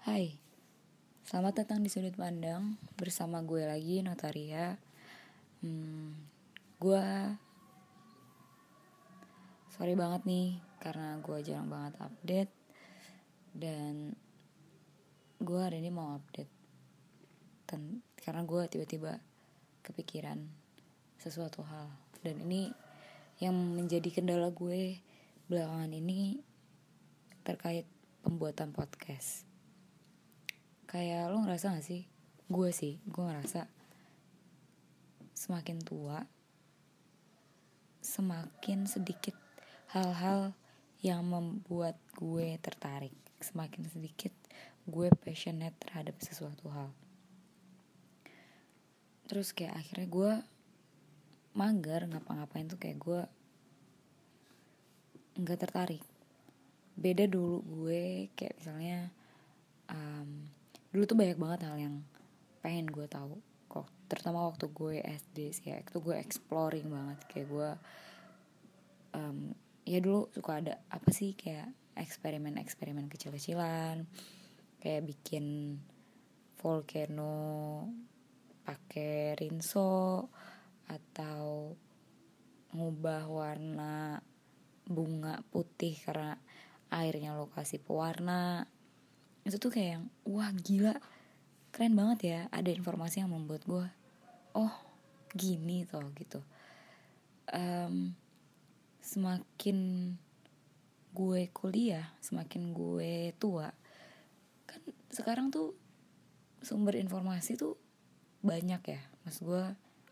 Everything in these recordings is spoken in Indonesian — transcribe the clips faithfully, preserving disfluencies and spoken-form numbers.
Hai, selamat datang di Sudut Pandang bersama gue lagi, Notaria. Hmm, gue sorry banget nih karena gue jarang banget update. Dan gue hari ini mau update ten- karena gue tiba-tiba kepikiran sesuatu hal. Dan ini yang menjadi kendala gue belakangan ini terkait pembuatan podcast. Kayak lo ngerasa gak sih? Gue sih, gue ngerasa semakin tua, semakin sedikit hal-hal yang membuat gue tertarik. Semakin sedikit gue passionate terhadap sesuatu hal. Terus kayak akhirnya gue mager ngapa-ngapain tuh kayak gue gak tertarik. Beda dulu gue kayak misalnya um, dulu tuh banyak banget hal yang pengen gue tahu kok, terutama waktu gue S D sih ya, itu gue exploring banget. Kayak gue um, ya dulu suka ada apa sih kayak eksperimen-eksperimen kecil-kecilan, kayak bikin volcano pakai rinso atau ngubah warna bunga putih karena airnya lo kasih pewarna. Itu tuh kayak yang wah gila, keren banget ya, ada informasi yang membuat gue oh gini toh gitu. um, Semakin gue kuliah, semakin gue tua, kan sekarang tuh sumber informasi tuh banyak ya. Maksud gue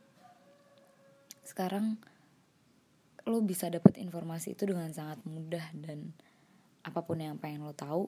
sekarang lo bisa dapat informasi itu dengan sangat mudah, dan apapun yang pengen lo tahu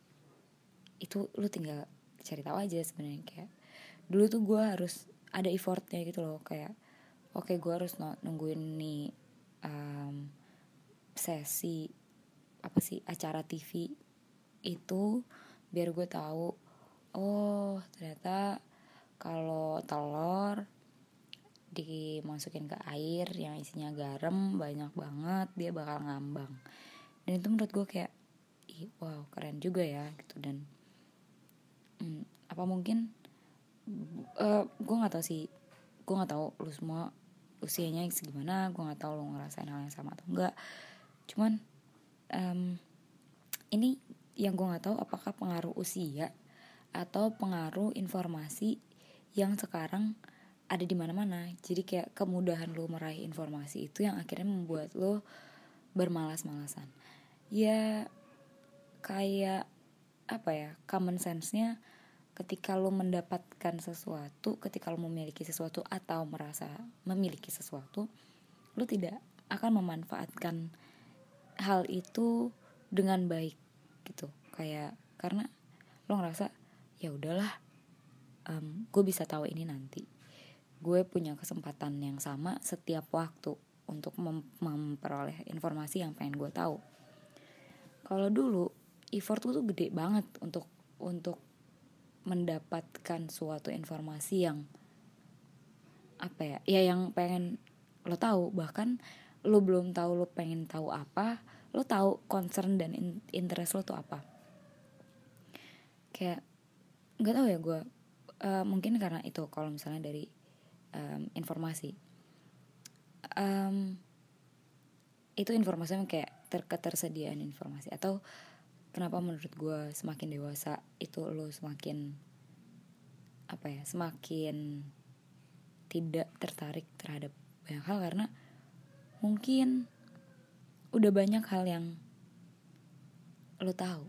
itu lo tinggal cari tahu aja sebenarnya. Kayak dulu tuh gue harus ada effortnya gitu loh, kayak oke okay, gue harus nungguin nih um, sesi apa sih acara T V itu biar gue tahu oh ternyata kalau telur dimasukin ke air yang isinya garam banyak banget dia bakal ngambang. Dan itu menurut gue kayak ih wow keren juga ya gitu. Dan hmm, apa mungkin uh, gue nggak tahu sih, gue nggak tahu lu semua usianya segimana, gue nggak tahu lu ngerasain hal yang sama atau enggak. Cuman um, ini yang gue nggak tahu apakah pengaruh usia atau pengaruh informasi yang sekarang ada di mana-mana. Jadi kayak kemudahan lo meraih informasi itu yang akhirnya membuat lo bermalas-malasan. Ya kayak apa ya, common sense-nya ketika lo mendapatkan sesuatu, ketika lo memiliki sesuatu atau merasa memiliki sesuatu, lo tidak akan memanfaatkan hal itu dengan baik gitu. Kayak karena lo ngerasa ya udahlah, um, gue bisa tahu ini nanti. Gue punya kesempatan yang sama setiap waktu untuk mem- memperoleh informasi yang pengen gue tahu. Kalau dulu effort gue tuh gede banget untuk untuk mendapatkan suatu informasi yang apa ya, ya yang pengen lo tahu. Bahkan lo belum tahu lo pengen tahu apa, lo tahu concern dan interest lo tuh apa. Kayak nggak tahu ya gue, uh, mungkin karena itu kalau misalnya dari um, informasi um, itu informasi yang kayak ter- ketersediaan informasi. Atau kenapa menurut gue semakin dewasa itu lo semakin apa ya, semakin tidak tertarik terhadap banyak hal, karena mungkin udah banyak hal yang lo tahu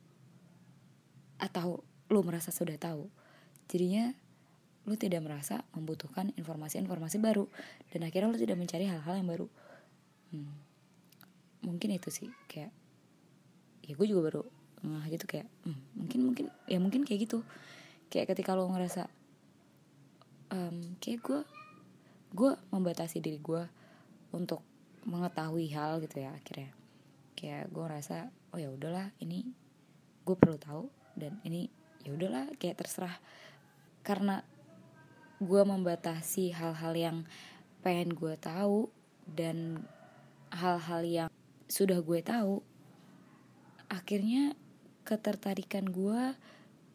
atau lo merasa sudah tahu, jadinya lo tidak merasa membutuhkan informasi-informasi baru, dan akhirnya lo tidak mencari hal-hal yang baru. hmm. Mungkin itu sih, kayak ya gue juga baru ngeh gitu kayak hmm, mungkin mungkin ya mungkin kayak gitu. Kayak ketika lo ngerasa um, kayak gue gue membatasi diri gue untuk mengetahui hal gitu ya, akhirnya kayak gue ngerasa oh ya udahlah ini gue perlu tahu, dan ini ya udahlah kayak terserah. Karena gue membatasi hal-hal yang pengen gue tahu dan hal-hal yang sudah gue tahu, akhirnya ketertarikan gue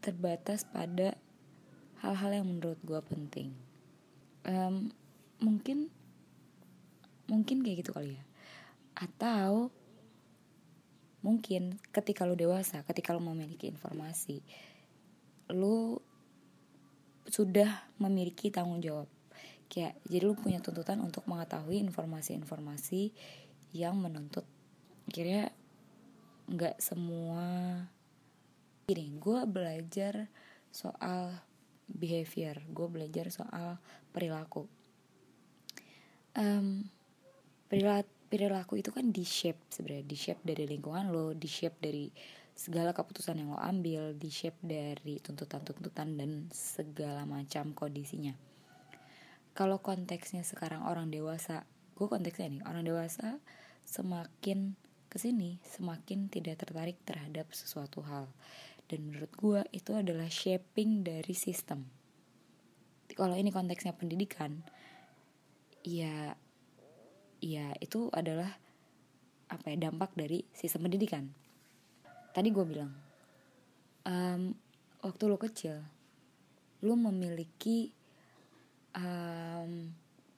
terbatas pada hal-hal yang menurut gue penting. um, mungkin mungkin kayak gitu kali ya. Atau mungkin ketika lu dewasa, ketika lu memiliki informasi, lu sudah memiliki tanggung jawab. Kayak jadi lu punya tuntutan untuk mengetahui informasi-informasi yang menuntut. Akhirnya nggak semua. Gini, gue belajar soal behavior, gue belajar soal perilaku. Um, perilaku perilaku itu kan di shape sebenarnya, di shape dari lingkungan lo, di shape dari segala keputusan yang lo ambil, di shape dari tuntutan-tuntutan dan segala macam kondisinya. Kalau konteksnya sekarang orang dewasa, gue konteksnya nih orang dewasa semakin kesini semakin tidak tertarik terhadap sesuatu hal, dan menurut gue itu adalah shaping dari sistem. Kalau ini konteksnya pendidikan, ya ya itu adalah apa ya, dampak dari sistem pendidikan. Tadi gue bilang um, waktu lo kecil lo memiliki um,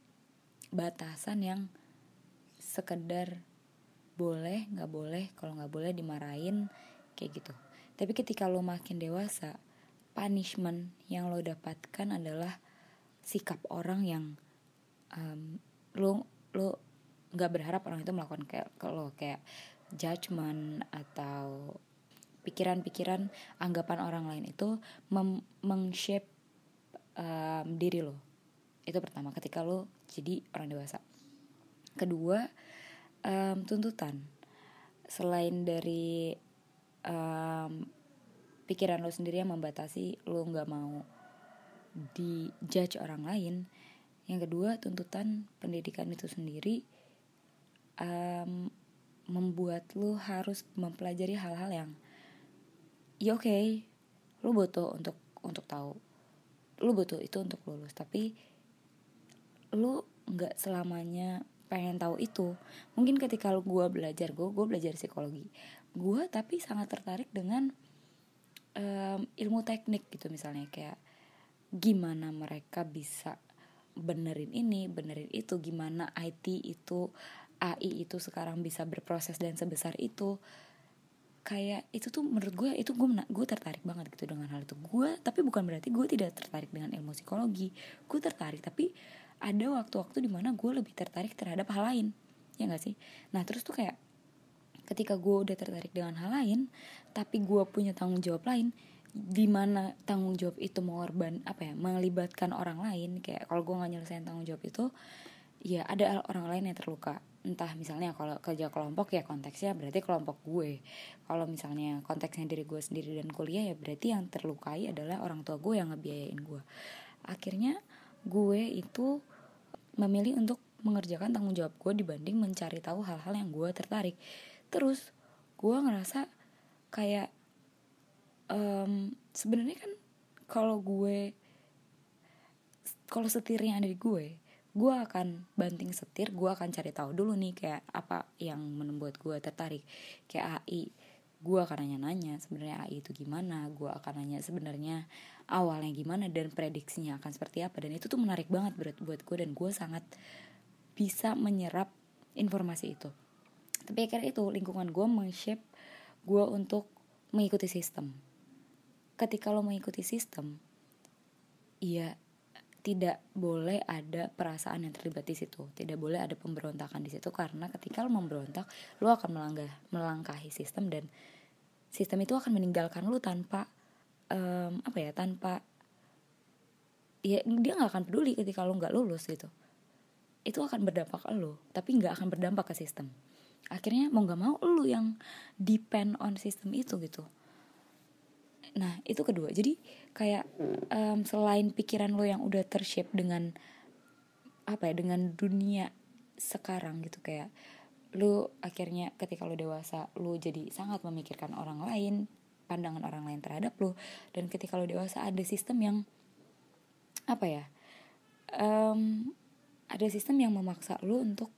batasan yang sekedar boleh nggak boleh, kalau nggak boleh dimarahin kayak gitu. Tapi ketika lo makin dewasa, punishment yang lo dapatkan adalah sikap orang yang um, lo lo nggak berharap orang itu melakukan kayak kalau kayak judgment atau pikiran-pikiran anggapan orang lain itu mem- meng-shape um, diri lo. Itu pertama ketika lo jadi orang dewasa. Kedua, um, tuntutan. Selain dari um, pikiran lo sendiri yang membatasi lo nggak mau di-judge orang lain, yang kedua tuntutan pendidikan itu sendiri Um, membuat lu harus mempelajari hal-hal yang ya oke, okay, lu butuh untuk untuk tahu, lu butuh itu untuk lulus, tapi lu nggak selamanya pengen tahu itu. Mungkin ketika lu gue belajar gue gue belajar psikologi, gue tapi sangat tertarik dengan um, ilmu teknik gitu, misalnya kayak gimana mereka bisa benerin ini benerin itu, gimana I T itu A I itu sekarang bisa berproses dan sebesar itu. Kayak itu tuh menurut gue itu gue gue tertarik banget gitu dengan hal itu. Gue tapi bukan berarti gue tidak tertarik dengan ilmu psikologi. Gue tertarik, tapi ada waktu-waktu dimana gue lebih tertarik terhadap hal lain, ya nggak sih? Nah terus tuh kayak ketika gue udah tertarik dengan hal lain, tapi gue punya tanggung jawab lain, di mana tanggung jawab itu mengorban apa ya melibatkan orang lain. Kayak kalau gue nggak nyelesain tanggung jawab itu, ya ada orang lain yang terluka. Entah misalnya kalau kerja kelompok ya konteksnya berarti kelompok gue. Kalau misalnya konteksnya diri gue sendiri dan kuliah, ya berarti yang terlukai adalah orang tua gue yang ngebiayain gue. Akhirnya gue itu memilih untuk mengerjakan tanggung jawab gue dibanding mencari tahu hal-hal yang gue tertarik. Terus gue ngerasa kayak um, sebenarnya kan kalau gue kalau setirnya ada di gue, gue akan banting setir, gue akan cari tahu dulu nih kayak apa yang membuat gue tertarik. Kayak A I, gue akan nanya-nanya sebenarnya A I itu gimana, gue akan nanya sebenarnya awalnya gimana dan prediksinya akan seperti apa. Dan itu tuh menarik banget buat buat gue, dan gue sangat bisa menyerap informasi itu. Tapi akhirnya itu lingkungan gue meng-shape gue untuk mengikuti sistem. Ketika lo mengikuti sistem, iya, tidak boleh ada perasaan yang terlibat di situ, tidak boleh ada pemberontakan di situ, karena ketika lo memberontak, lo akan melangkah, melangkahi sistem, dan sistem itu akan meninggalkan lo tanpa um, apa ya, tanpa ya dia nggak akan peduli ketika lo nggak lulus gitu. Itu akan berdampak ke lo, tapi nggak akan berdampak ke sistem. Akhirnya mau nggak mau lo yang depend on sistem itu gitu. Nah itu kedua. Jadi kayak um, selain pikiran lo yang udah tershape dengan apa ya, dengan dunia sekarang gitu, kayak lo akhirnya ketika lo dewasa lo jadi sangat memikirkan orang lain, pandangan orang lain terhadap lo. Dan ketika lo dewasa ada sistem yang apa ya, um, ada sistem yang memaksa lo untuk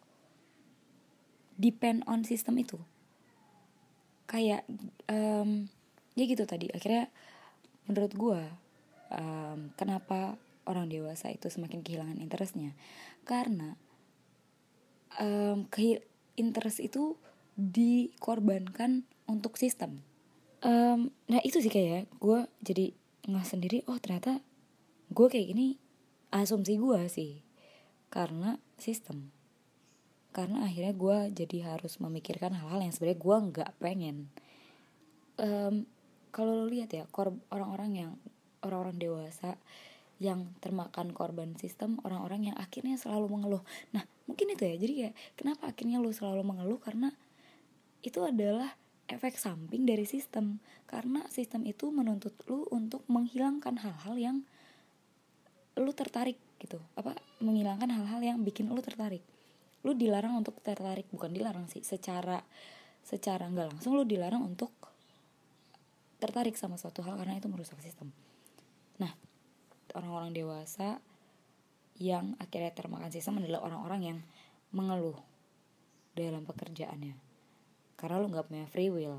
depend on sistem itu. Kayak um, ya gitu tadi, akhirnya menurut gue um, kenapa orang dewasa itu semakin kehilangan interestnya, karena um, ke interest itu dikorbankan untuk sistem. Um, nah itu sih kayak gue jadi nggak sendiri, oh ternyata gue kayak gini, asumsi gue sih karena sistem. Karena akhirnya gue jadi harus memikirkan hal-hal yang sebenarnya gue nggak pengen. Um, kalau lo lihat ya, kor- orang-orang yang orang-orang dewasa yang termakan korban sistem, orang-orang yang akhirnya selalu mengeluh. Nah mungkin itu ya, jadi kayak kenapa akhirnya lo selalu mengeluh, karena itu adalah efek samping dari sistem. Karena sistem itu menuntut lu untuk menghilangkan hal-hal yang lu tertarik gitu, apa menghilangkan hal-hal yang bikin lu tertarik. Lu dilarang untuk tertarik, bukan dilarang sih, secara secara nggak langsung lu dilarang untuk tertarik sama suatu hal karena itu merusak sistem. Nah orang-orang dewasa yang akhirnya termakan sistem adalah orang-orang yang mengeluh dalam pekerjaannya karena lu nggak punya free will.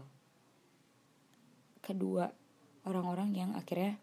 Kedua, orang-orang yang akhirnya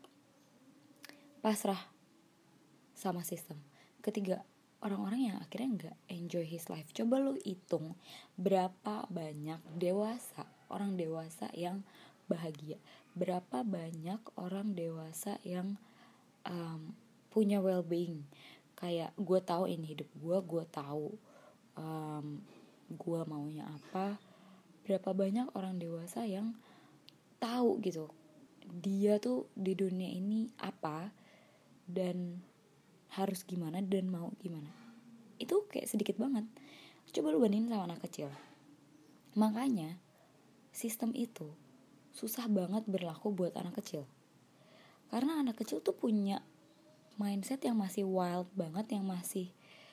pasrah sama sistem. Ketiga, orang-orang yang akhirnya nggak enjoy his life. Coba lu hitung berapa banyak dewasa, orang dewasa yang bahagia, berapa banyak orang dewasa yang um, punya well-being. Kayak gue tahu ini hidup gue, gue tahu um, gue maunya apa. Berapa banyak orang dewasa yang tahu gitu dia tuh di dunia ini apa dan harus gimana dan mau gimana. Itu kayak sedikit banget. Coba lu bandingin sama anak kecil. Makanya sistem itu susah banget berlaku buat anak kecil, karena anak kecil tuh punya mindset yang masih wild banget, yang masih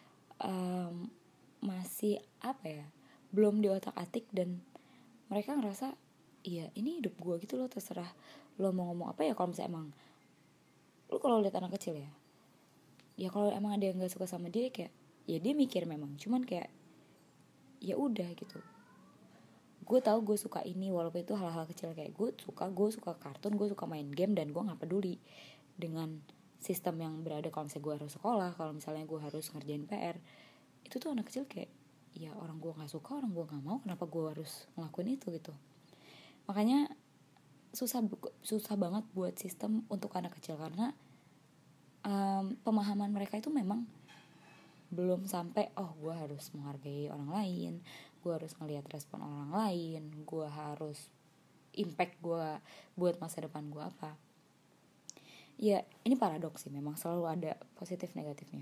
um, masih apa ya, belum diotak-atik, dan mereka ngerasa iya ini hidup gue gitu loh, terserah lo mau ngomong apa ya. Kalau misalnya emang lo kalau lihat anak kecil ya, ya kalau emang ada yang nggak suka sama dia kayak ya dia mikir memang, cuman kayak ya udah gitu. Gue tahu gue suka ini walaupun itu hal-hal kecil, kayak gue suka gue suka kartun, gue suka main game, dan gue nggak peduli dengan sistem yang berada. Kalau misalnya gue harus sekolah, kalau misalnya gue harus ngerjain P R, itu tuh anak kecil kayak ya orang gue nggak suka, orang gue nggak mau, kenapa gue harus ngelakuin itu gitu. Makanya susah susah banget buat sistem untuk anak kecil, karena um, pemahaman mereka itu memang belum sampai oh gue harus menghargai orang lain, gue harus ngelihat respon orang lain, gue harus impact gue buat masa depan gue apa. Ya ini paradoks sih, memang selalu ada positif negatifnya.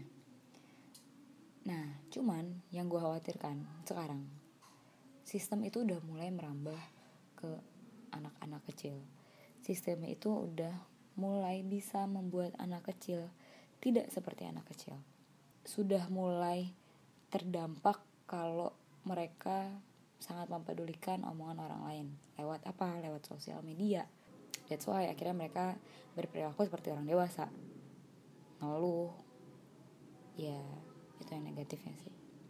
Nah cuman yang gue khawatirkan sekarang, sistem itu udah mulai merambah ke anak-anak kecil. Sistem itu udah mulai bisa membuat anak kecil tidak seperti anak kecil. Sudah mulai terdampak kalau mereka sangat mempedulikan omongan orang lain. Lewat apa? Lewat sosial media. That's why akhirnya mereka berperilaku seperti orang dewasa. Ngeluh. Ya itu yang negatifnya sih.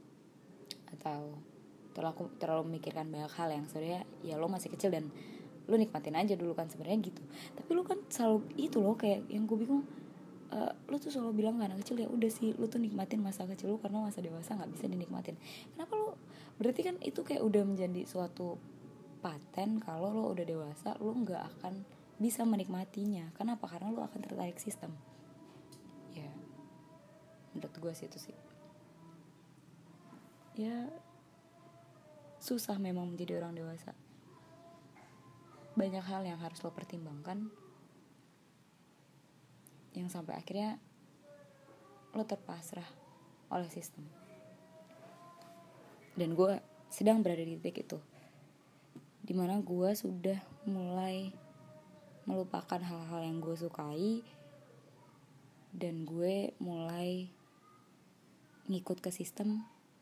Atau terlalu, terlalu memikirkan banyak hal yang sebenarnya ya lo masih kecil dan lo nikmatin aja dulu kan sebenarnya gitu. Tapi lo kan selalu itu loh, kayak yang gue bingung, uh, lo tuh selalu bilang ke anak kecil ya udah sih lo tuh nikmatin masa kecil lo karena masa dewasa nggak bisa dinikmatin. Kenapa lo, berarti kan itu kayak udah menjadi suatu paten kalau lo udah dewasa lo nggak akan bisa menikmatinya. Kenapa? Karena lo akan tertarik sistem. Ya menurut gue sih itu sih ya susah memang menjadi orang dewasa. Banyak hal yang harus lo pertimbangkan, yang sampai akhirnya lo terpasrah oleh sistem. Dan gue sedang berada di titik itu, dimana gue sudah mulai melupakan hal-hal yang gue sukai, dan gue mulai ngikut ke sistem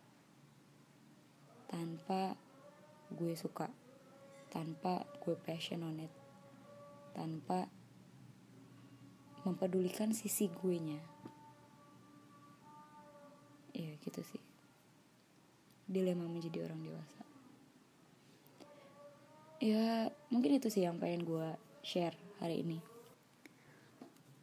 tanpa gue suka, tanpa gue passion on it, tanpa mempedulikan sisi gue nya. Ya gitu sih dilema menjadi orang dewasa. Ya mungkin itu sih yang pengen gue share hari ini.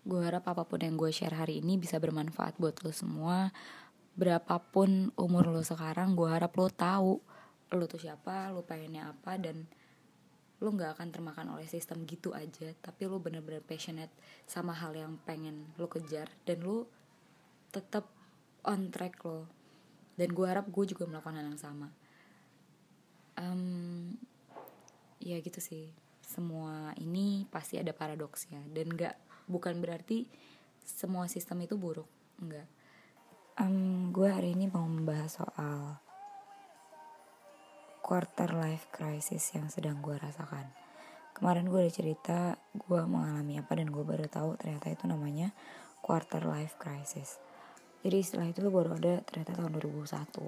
Gue harap apapun yang gue share hari ini bisa bermanfaat buat lo semua. Berapapun umur lo sekarang, gue harap lo tahu lo tuh siapa, lo pengennya apa, dan lo gak akan termakan oleh sistem gitu aja. Tapi lo bener-bener passionate sama hal yang pengen lo kejar, dan lo tetap on track lo. Dan gue harap gue juga melakukan hal yang sama. um, Ya gitu sih. Semua ini pasti ada paradoksnya, dan gak, bukan berarti semua sistem itu buruk, enggak. um, Gue hari ini mau membahas soal quarter life crisis yang sedang gue rasakan. Kemarin gue ada cerita gue mengalami apa, dan gue baru tahu ternyata itu namanya quarter life crisis. Jadi istilah itu baru ada ternyata tahun dua ribu satu.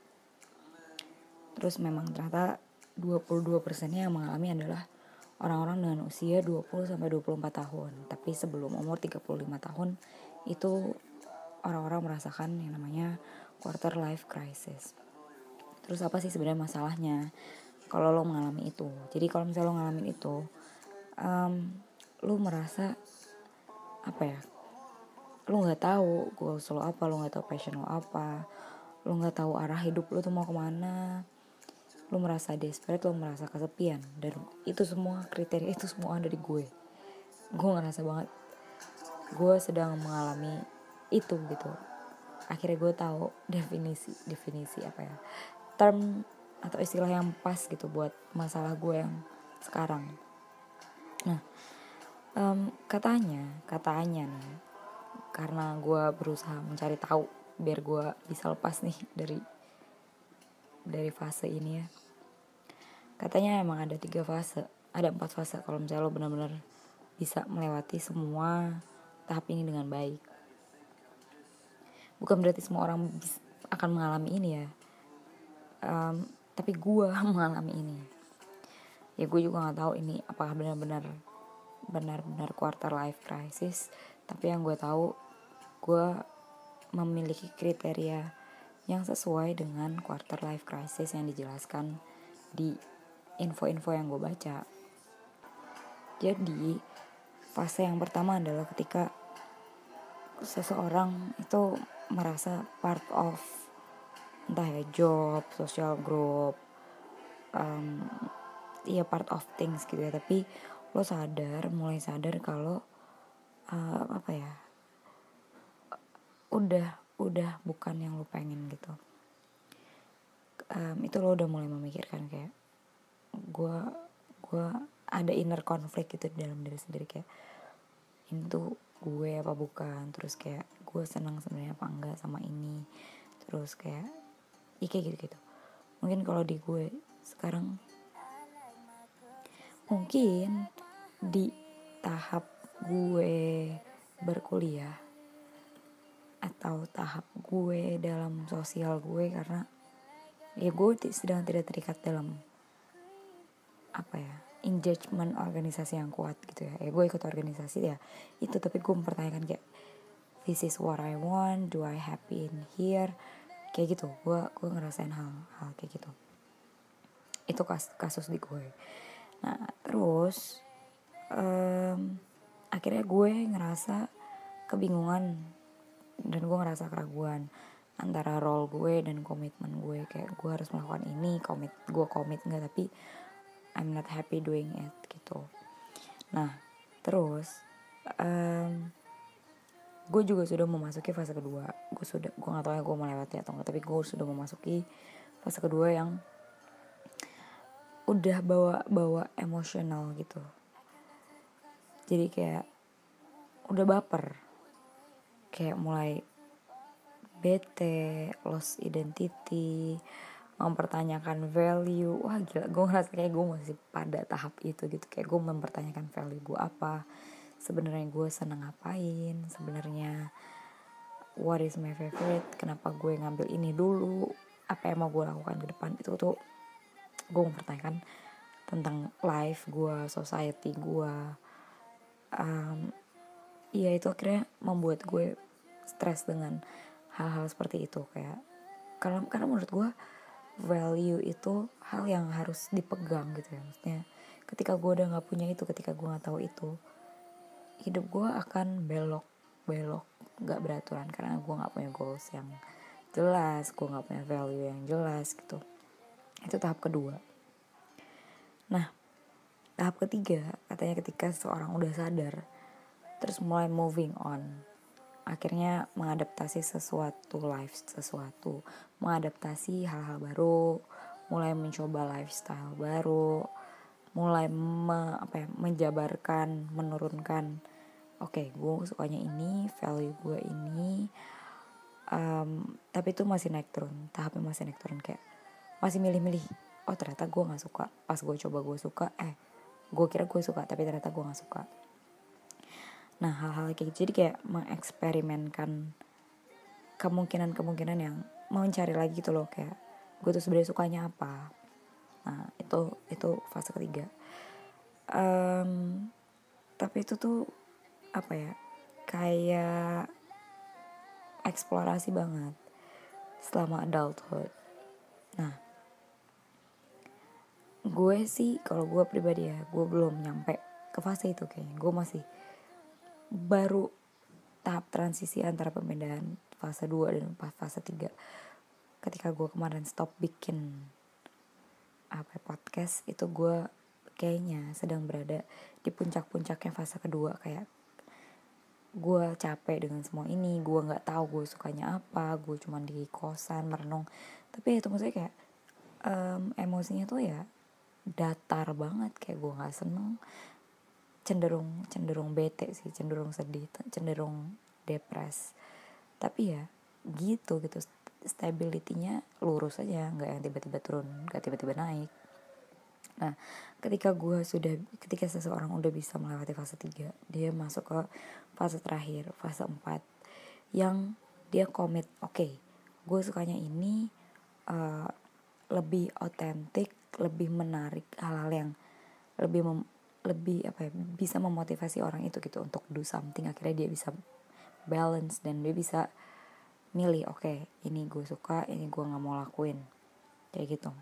Terus memang ternyata dua puluh dua persennya yang mengalami adalah orang-orang dengan usia dua puluh sampai dua puluh empat tahun. Tapi sebelum umur tiga puluh lima tahun itu orang-orang merasakan yang namanya quarter life crisis. Terus apa sih sebenarnya masalahnya kalau lo mengalami itu? Jadi kalau misalnya lo ngalamin itu, um, lo merasa apa ya? Lo nggak tahu goals lo apa, lo nggak tahu passion lo apa, lo nggak tahu arah hidup lo tuh mau kemana. Lo merasa desperate, lo merasa kesepian, dan itu semua kriteria itu semua ada di gue. Gue ngerasa banget gue sedang mengalami itu gitu. Akhirnya gue tahu definisi definisi apa ya, term atau istilah yang pas gitu buat masalah gue yang sekarang. Nah, um, katanya katanya nih, karena gue berusaha mencari tahu biar gue bisa lepas nih dari dari fase ini ya. Katanya emang ada tiga fase, ada empat fase kalau misalnya lo benar-benar bisa melewati semua tahap ini dengan baik. Bukan berarti semua orang bisa, akan mengalami ini ya, um, tapi gue mengalami ini. Ya gue juga nggak tahu ini apakah benar-benar benar-benar quarter life crisis, tapi yang gue tahu gue memiliki kriteria yang sesuai dengan quarter life crisis yang dijelaskan di info-info yang gue baca. Jadi fase yang pertama adalah ketika seseorang itu merasa part of entah ya job, social group, um, ya part of things gitu ya. Tapi lo sadar, mulai sadar kalau uh, apa ya, udah udah bukan yang lo pengen gitu. Um, itu lo udah mulai memikirkan kayak gue gue ada inner conflict gitu di dalam diri sendiri, kayak ini tuh gue apa bukan, terus kayak gue senang sebenarnya apa enggak sama ini, terus kayak ya kayak gitu gitu. Mungkin kalau di gue sekarang, mungkin di tahap gue berkuliah atau tahap gue dalam sosial gue, karena ya gue sedang tidak terikat dalam apa ya, engagement organisasi yang kuat gitu ya. Ya gue ikut organisasi ya itu, tapi gue mempertanyakan kayak this is what I want, do I happy in here, kayak gitu. Gue gue ngerasain hal-hal kayak gitu. Itu kas, kasus di gue. Nah terus um, akhirnya gue ngerasa kebingungan, dan gue ngerasa keraguan antara role gue dan komitmen gue. Kayak gue harus melakukan ini, komit gue komit nggak, tapi I'm not happy doing it gitu. Nah terus um, gue juga sudah memasuki fase kedua. Gue sudah, gue nggak tahu ya gue melewati atau nggak, tapi gue sudah memasuki fase kedua yang udah bawa bawa emosional gitu. Jadi kayak udah baper, kayak mulai bete, lost identity, mempertanyakan value. Wah gila, gue ngerasa kayak gue masih pada tahap itu gitu. Kayak gue mempertanyakan value gue apa, sebenarnya gue seneng ngapain, sebenarnya what is my favorite, kenapa gue ngambil ini dulu, apa yang mau gue lakukan ke depan. Itu tuh gue mempertanyakan tentang life gue, society gue. um, ya itu akhirnya membuat gue stres dengan hal-hal seperti itu. Kayak karena, karena menurut gue value itu hal yang harus dipegang gitu ya. Maksudnya ketika gue udah gak punya itu, ketika gue gak tahu itu, hidup gue akan belok belok gak beraturan karena gue gak punya goals yang jelas, gue gak punya value yang jelas gitu. Itu tahap kedua. Nah, tahap ketiga katanya ketika seseorang udah sadar terus mulai moving on, akhirnya mengadaptasi sesuatu life sesuatu mengadaptasi hal-hal baru, mulai mencoba lifestyle baru, mulai me, apa ya, menjabarkan, menurunkan, oke okay, gue sukanya ini, value gue ini, um, tapi itu masih naik turun, tahapnya masih naik turun, kayak masih milih-milih. Oh ternyata gue nggak suka, pas gue coba gue suka, eh gue kira gue suka tapi ternyata gue nggak suka. Nah hal-hal kayak gitu, jadi kayak mengeksperimenkan kemungkinan-kemungkinan yang mau mencari lagi gitu loh, kayak gue tuh sebenarnya sukanya apa. Nah itu itu fase ketiga. Um, tapi itu tuh apa ya, kayak eksplorasi banget selama adulthood. Nah gue sih kalau gue pribadi ya, gue belum nyampe ke fase itu kayaknya. Gue masih baru tahap transisi antara pemindahan fase dua dan fase tiga. Ketika gue kemarin stop bikin apa podcast, itu gue kayaknya sedang berada di puncak-puncaknya fase kedua. Kayak gue capek dengan semua ini, gue nggak tahu gue sukanya apa, gue cuman di kosan merenung. Tapi itu maksudnya kayak um, emosinya tuh ya datar banget, kayak gue nggak seneng, cenderung cenderung bete sih, cenderung sedih, cenderung depres. Tapi ya gitu gitu, stability-nya lurus aja, nggak yang tiba-tiba turun, nggak tiba-tiba naik. Nah ketika gue sudah ketika seseorang udah bisa melewati fase tiga, dia masuk ke fase terakhir, fase empat, yang dia komit, oke okay, gue sukanya ini, uh, lebih otentik, lebih menarik, hal-hal yang lebih mem- lebih apa ya, bisa memotivasi orang itu gitu untuk do something. Akhirnya dia bisa balance dan dia bisa milih, oke okay, ini gue suka, ini gue nggak mau lakuin, kayak gitu.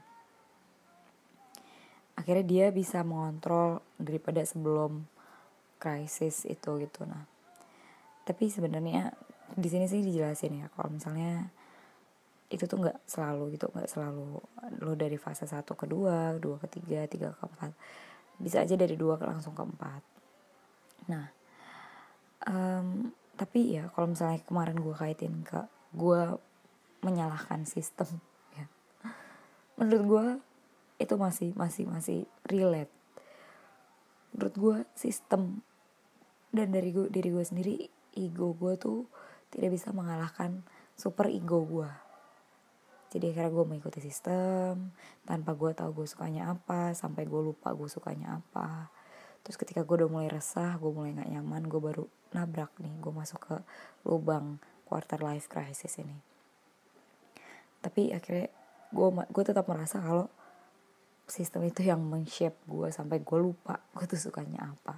Akhirnya dia bisa mengontrol daripada sebelum krisis itu gitu. Nah tapi sebenarnya di sini sih dijelasin ya, kalau misalnya itu tuh nggak selalu gitu, nggak selalu lo dari fase satu ke dua, dua ke tiga, tiga ke empat, bisa aja dari dua ke langsung ke empat. Nah um, tapi ya kalau misalnya kemarin gue kaitin ke gue menyalahkan sistem ya, menurut gue itu masih masih masih relate. Menurut gue sistem dan dari gue diri gue sendiri, ego gue tuh tidak bisa mengalahkan super ego gue. Jadi akhirnya gue mengikuti sistem tanpa gue tahu gue sukanya apa, sampai gue lupa gue sukanya apa. Terus ketika gue udah mulai resah, gue mulai gak nyaman, gue baru nabrak nih, gue masuk ke lubang quarter life crisis ini. Tapi akhirnya gue gue tetap merasa kalau sistem itu yang men-shape gue sampai gue lupa gue tuh sukanya apa.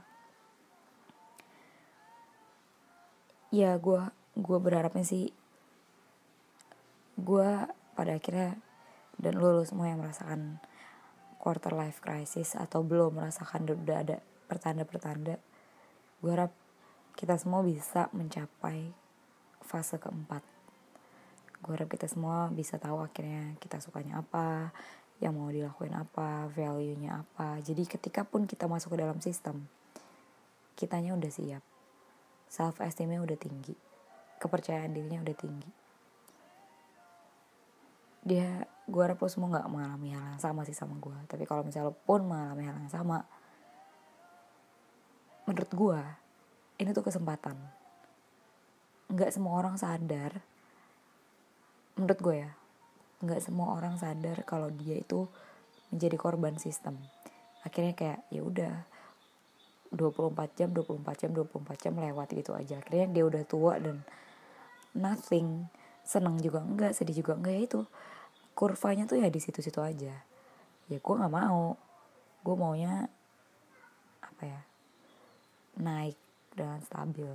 Ya gue gue berharapnya sih gue pada akhirnya, dan lo, lo semua yang merasakan quarter life crisis atau belum merasakan udah ada pertanda-pertanda, gue harap kita semua bisa mencapai fase keempat. Gue harap kita semua bisa tahu akhirnya kita sukanya apa, yang mau dilakuin apa, value-nya apa. Jadi ketika pun kita masuk ke dalam sistem, kitanya udah siap, self esteem-nya udah tinggi, kepercayaan dirinya udah tinggi. Dia, gue harap lo semua gak mengalami hal yang sama sih sama gue. Tapi kalau misalnya lo pun mengalami hal yang sama, menurut gue ini tuh kesempatan. Gak semua orang sadar, menurut gue ya, gak semua orang sadar kalau dia itu menjadi korban sistem. Akhirnya kayak ya udah dua puluh empat jam, dua puluh empat jam, dua puluh empat jam lewat gitu aja. Akhirnya dia udah tua dan nothing, seneng juga enggak, sedih juga enggak, ya itu kurvanya tuh ya di situ-situ aja. Ya gue nggak mau, gue maunya apa ya, naik dan stabil.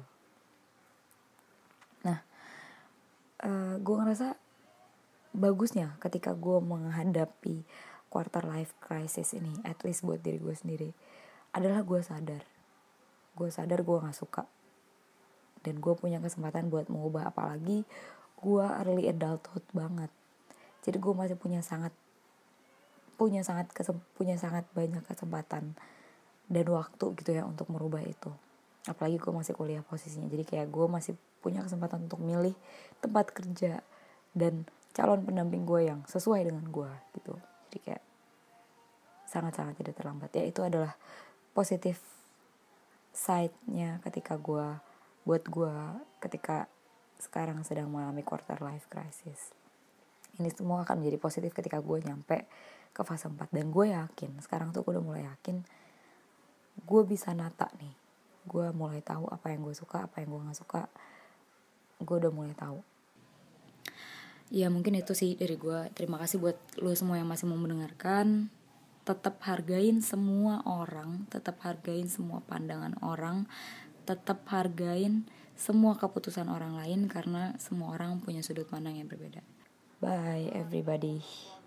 Nah uh, gue ngerasa bagusnya ketika gue menghadapi quarter life crisis ini, at least buat diri gue sendiri, adalah gue sadar gue sadar gue nggak suka dan gue punya kesempatan buat mengubah, apalagi gue early adulthood banget, jadi gue masih punya sangat punya sangat kesem, punya sangat banyak kesempatan dan waktu gitu ya untuk merubah itu. Apalagi gue masih kuliah posisinya, jadi kayak gue masih punya kesempatan untuk milih tempat kerja dan calon pendamping gue yang sesuai dengan gue gitu. Jadi kayak sangat-sangat tidak terlambat. Ya itu adalah positif side-nya ketika gue buat gue ketika sekarang sedang mengalami quarter life crisis. Ini semua akan menjadi positif ketika gue nyampe ke fase empat. Dan gue yakin, sekarang tuh gue udah mulai yakin gue bisa nata nih. Gue mulai tahu apa yang gue suka, apa yang gue gak suka. Gue udah mulai tahu. Ya mungkin itu sih dari gue. Terima kasih buat lo semua yang masih mau mendengarkan. Tetap hargain semua orang, tetap hargain semua pandangan orang, tetap hargain semua keputusan orang lain, karena semua orang punya sudut pandang yang berbeda. Bye everybody.